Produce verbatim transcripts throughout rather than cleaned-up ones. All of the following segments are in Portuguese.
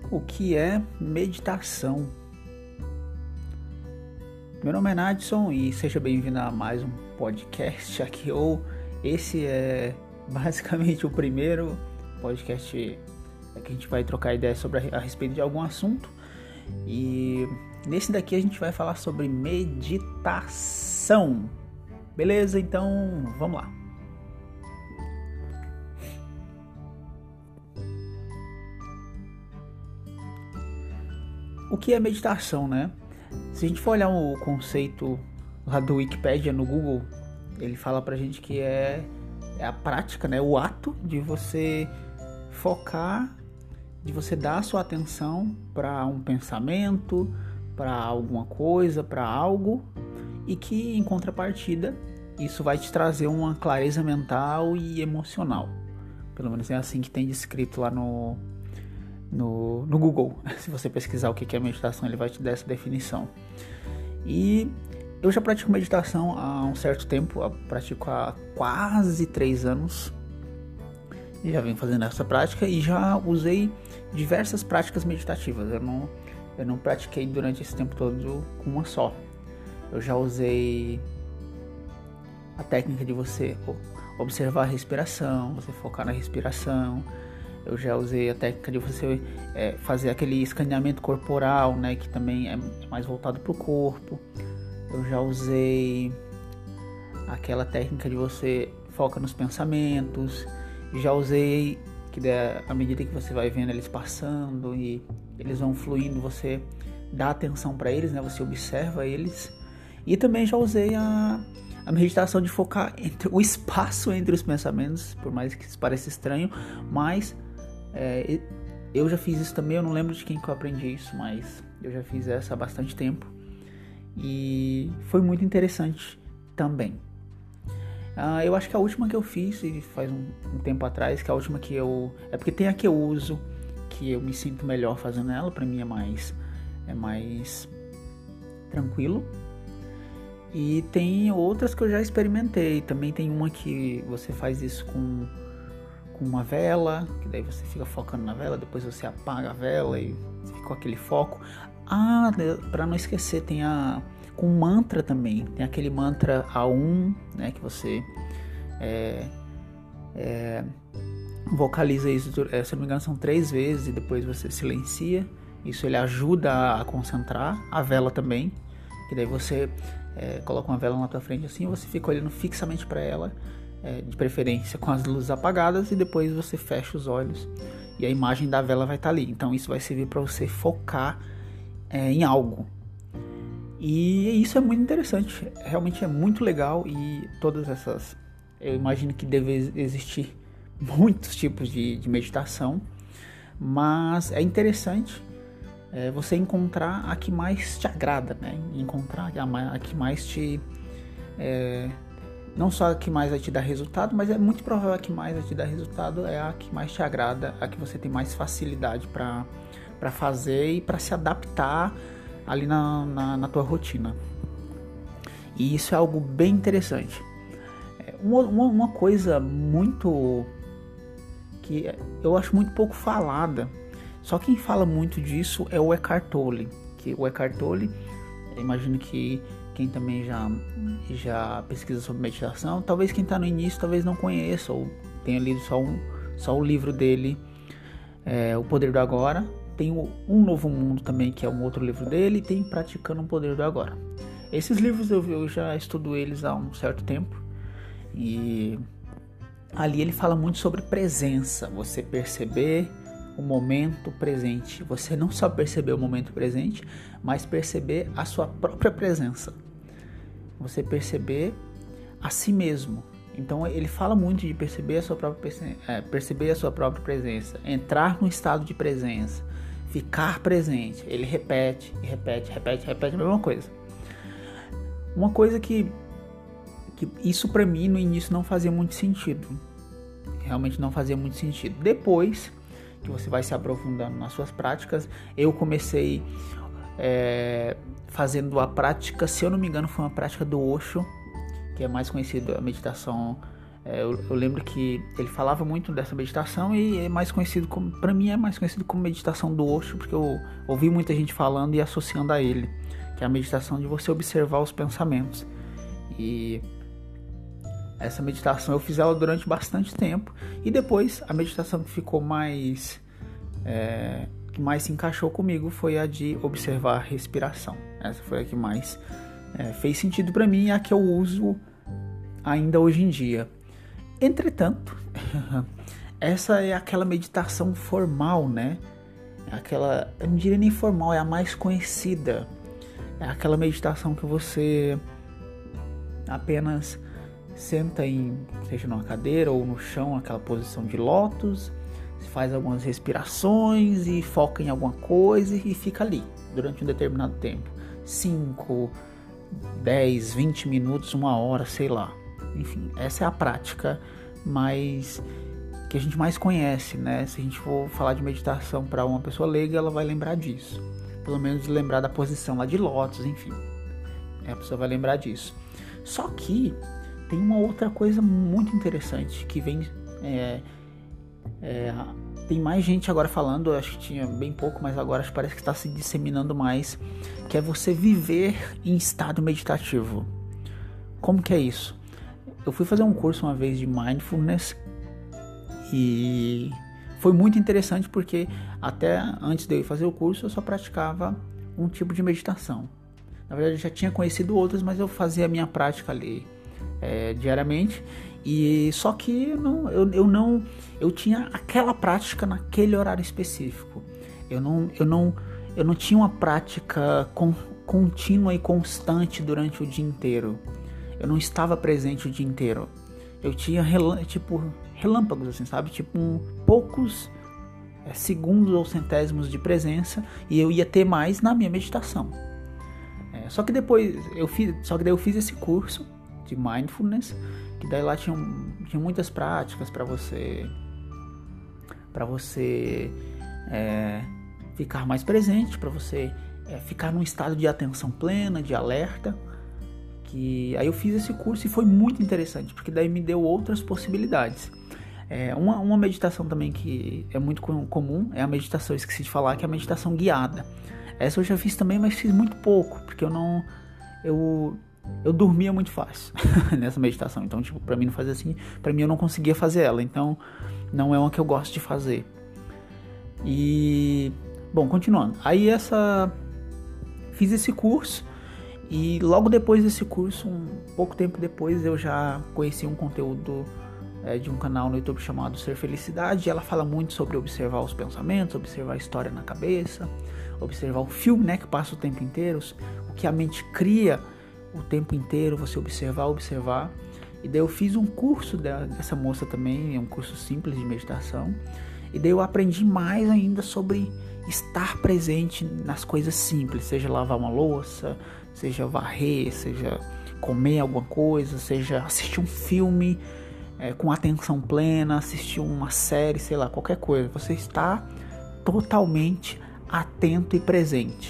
O que é meditação? Meu nome é Nadson e seja bem-vindo a mais um podcast aqui, ou esse é basicamente o primeiro podcast que a gente vai trocar ideias sobre a, a respeito de algum assunto. E nesse daqui a gente vai falar sobre meditação. Beleza? Então vamos lá. O que é meditação, né? Se a gente for olhar o conceito lá do Wikipedia no Google, ele fala pra gente que é, é a prática, né? O ato de você focar, de você dar a sua atenção para um pensamento, para alguma coisa, para algo, e que em contrapartida isso vai te trazer uma clareza mental e emocional. Pelo menos é assim que tem descrito lá no No, no Google. Se você pesquisar o que é meditação, ele vai te dar essa definição. E eu já pratico meditação há um certo tempo, eu pratico há quase três anos. E já venho fazendo essa prática e já usei diversas práticas meditativas. Eu não, eu não pratiquei durante esse tempo todo com uma só. Eu já usei a técnica de você observar a respiração, você focar na respiração. Eu já usei a técnica de você é, fazer aquele escaneamento corporal, né, que também é mais voltado para o corpo. Eu já usei aquela técnica de você foca nos pensamentos. Já usei que à medida que você vai vendo eles passando e eles vão fluindo, você dá atenção para eles, né, você observa eles. E também já usei a, a meditação de focar entre, o espaço entre os pensamentos, por mais que isso pareça estranho, mas É, eu já fiz isso também, eu não lembro de quem que eu aprendi isso, mas eu já fiz essa há bastante tempo e foi muito interessante também. Ah, eu acho que a última que eu fiz, e faz um, um tempo atrás, que a última que eu... É porque tem a que eu uso, que eu me sinto melhor fazendo ela, pra mim é mais, é mais tranquilo. E tem outras que eu já experimentei, também tem uma que você faz isso com... com uma vela, que daí você fica focando na vela, depois você apaga a vela e fica com aquele foco. Ah, para não esquecer, tem a com mantra também, tem aquele mantra A um, né, que você é, é, vocaliza isso, é, se não me engano são três vezes e depois você silencia. Isso ele ajuda a concentrar. A vela também, que daí você é, coloca uma vela na tua frente assim e você fica olhando fixamente para ela, É, de preferência com as luzes apagadas, e depois você fecha os olhos e a imagem da vela vai estar ali. Então isso vai servir para você focar é, em algo, e isso é muito interessante, realmente é muito legal. E todas essas, eu imagino que deve existir muitos tipos de, de meditação, mas é interessante é, você encontrar a que mais te agrada, né? Encontrar a, a que mais te é, não só a que mais vai te dar resultado, mas é muito provável a que mais vai te dar resultado é a que mais te agrada, a que você tem mais facilidade para para fazer e para se adaptar ali na, na, na tua rotina. E isso é algo bem interessante. Uma, uma, uma coisa muito que eu acho muito pouco falada, só quem fala muito disso é o Eckhart Tolle. Que o Eckhart Tolle, eu imagino que quem também já, já pesquisa sobre meditação, talvez quem está no início talvez não conheça ou tenha lido só, um, só o livro dele, é, O Poder do Agora. Tem o Um Novo Mundo também, que é um outro livro dele, e tem Praticando o Poder do Agora. Esses livros eu, eu já estudo eles há um certo tempo, e ali ele fala muito sobre presença, você perceber o momento presente, você não só perceber o momento presente, mas perceber a sua própria presença, você perceber a si mesmo. Então ele fala muito de perceber a sua própria, é, perceber a sua própria presença, entrar no estado de presença, ficar presente. Ele repete, repete, repete, repete a mesma coisa. Uma coisa que, que isso para mim no início não fazia muito sentido, realmente não fazia muito sentido. Depois que você vai se aprofundando nas suas práticas, eu comecei é, fazendo a prática, se eu não me engano foi uma prática do Osho, que é mais conhecida, a meditação É, eu, eu lembro que ele falava muito dessa meditação e é mais conhecido como, para mim é mais conhecido como meditação do Osho, porque eu ouvi muita gente falando e associando a ele, que é a meditação de você observar os pensamentos. E essa meditação eu fiz ela durante bastante tempo, e depois a meditação que ficou mais é, que mais se encaixou comigo foi a de observar a respiração. Essa foi a que mais é, fez sentido para mim e a que eu uso ainda hoje em dia. Entretanto, essa é aquela meditação formal, né? Aquela, eu não diria nem formal, é a mais conhecida. É aquela meditação que você apenas senta em, seja numa cadeira ou no chão, aquela posição de lótus, faz algumas respirações e foca em alguma coisa e fica ali durante um determinado tempo. cinco, dez, vinte minutos, uma hora, sei lá. Enfim, essa é a prática mais que a gente mais conhece, né? Se a gente for falar de meditação para uma pessoa leiga, ela vai lembrar disso. Pelo menos lembrar da posição lá de lótus, enfim. A pessoa vai lembrar disso. Só que tem uma outra coisa muito interessante que vem... É, é, tem mais gente agora falando, eu acho que tinha bem pouco, mas agora acho que parece que está se disseminando mais, que é você viver em estado meditativo. Como que é isso? Eu fui fazer um curso uma vez de Mindfulness e foi muito interessante porque até antes de eu fazer o curso eu só praticava um tipo de meditação. Na verdade eu já tinha conhecido outras, mas eu fazia a minha prática ali é, diariamente. E só que eu não, eu, eu não, eu tinha aquela prática naquele horário específico. Eu não, eu não, eu não tinha uma prática con, contínua e constante durante o dia inteiro. Eu não estava presente o dia inteiro. Eu tinha relâ- tipo relâmpagos, assim, sabe? Tipo um, poucos é, segundos ou centésimos de presença e eu ia ter mais na minha meditação. É, só que depois eu fiz, só que daí eu fiz esse curso de Mindfulness, que daí lá tinha, tinha muitas práticas para você para você é, ficar mais presente, para você é, ficar num estado de atenção plena, de alerta. Que aí eu fiz esse curso e foi muito interessante, porque daí me deu outras possibilidades. É, uma, uma meditação também que é muito comum é a meditação, eu esqueci de falar, que é a meditação guiada. Essa eu já fiz também, mas fiz muito pouco, porque eu não eu eu dormia muito fácil nessa meditação, então tipo, pra mim não fazia assim, pra mim eu não conseguia fazer ela, então não é uma que eu gosto de fazer. E bom, continuando, aí essa fiz esse curso e logo depois desse curso, um pouco tempo depois, eu já conheci um conteúdo é, de um canal no YouTube chamado Ser Felicidade. Ela fala muito sobre observar os pensamentos, observar a história na cabeça, observar o filme, né, que passa o tempo inteiro, o que a mente cria o tempo inteiro, você observar, observar. E daí eu fiz um curso dessa moça também, é um curso simples de meditação. E daí eu aprendi mais ainda sobre estar presente nas coisas simples, seja lavar uma louça, seja varrer, seja comer alguma coisa, seja assistir um filme é, com atenção plena, assistir uma série, sei lá, qualquer coisa. Você está totalmente atento e presente.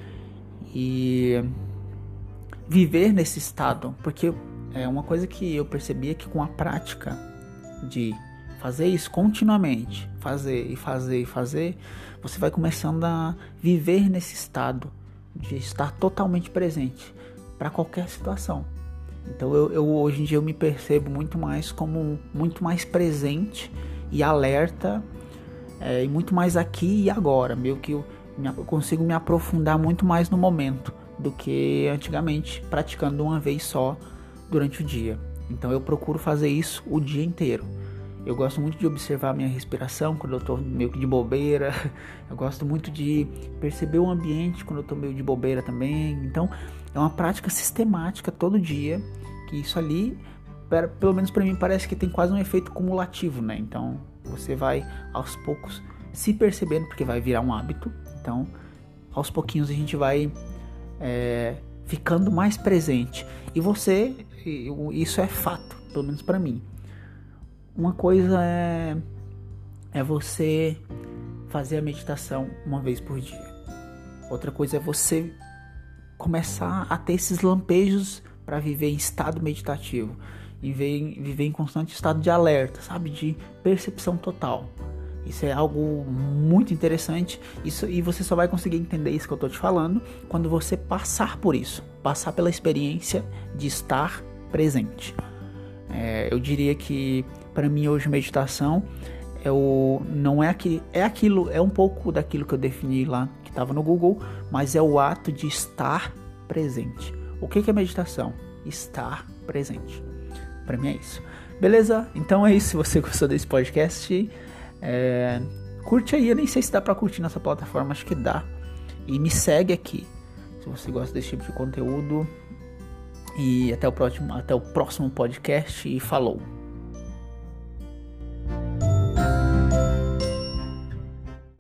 E viver nesse estado, porque é uma coisa que eu percebi é que com a prática de fazer isso continuamente, fazer e fazer e fazer, você vai começando a viver nesse estado de estar totalmente presente para qualquer situação. Então eu, eu hoje em dia eu me percebo muito mais como muito mais presente e alerta é, e muito mais aqui e agora, meio que eu, eu consigo me aprofundar muito mais no momento do que antigamente, praticando uma vez só durante o dia. Então eu procuro fazer isso o dia inteiro. Eu gosto muito de observar a minha respiração quando eu tô meio que de bobeira. Eu gosto muito de perceber o ambiente quando eu tô meio de bobeira também. Então é uma prática sistemática todo dia, que isso ali, pelo menos para mim, parece que tem quase um efeito cumulativo, né? Então você vai aos poucos se percebendo, porque vai virar um hábito. Então aos pouquinhos a gente vai é, ficando mais presente. E você, isso é fato, pelo menos para mim. Uma coisa é, é você fazer a meditação uma vez por dia. Outra coisa é você começar a ter esses lampejos para viver em estado meditativo. e viver, viver em constante estado de alerta, sabe? De percepção total. Isso é algo muito interessante, isso, e você só vai conseguir entender isso que eu tô te falando quando você passar por isso, passar pela experiência de estar presente. É, eu diria que para mim hoje meditação é o, não é aquilo, é aquilo, é um pouco daquilo que eu defini lá, que estava no Google, mas é o ato de estar presente. O que que é meditação? Estar presente. Para mim é isso. Beleza? Então é isso. Se você gostou desse podcast, é, curte aí. Eu nem sei se dá para curtir nessa plataforma, acho que dá. E me segue aqui, se você gosta desse tipo de conteúdo. E até o próximo, até o próximo podcast. E falou!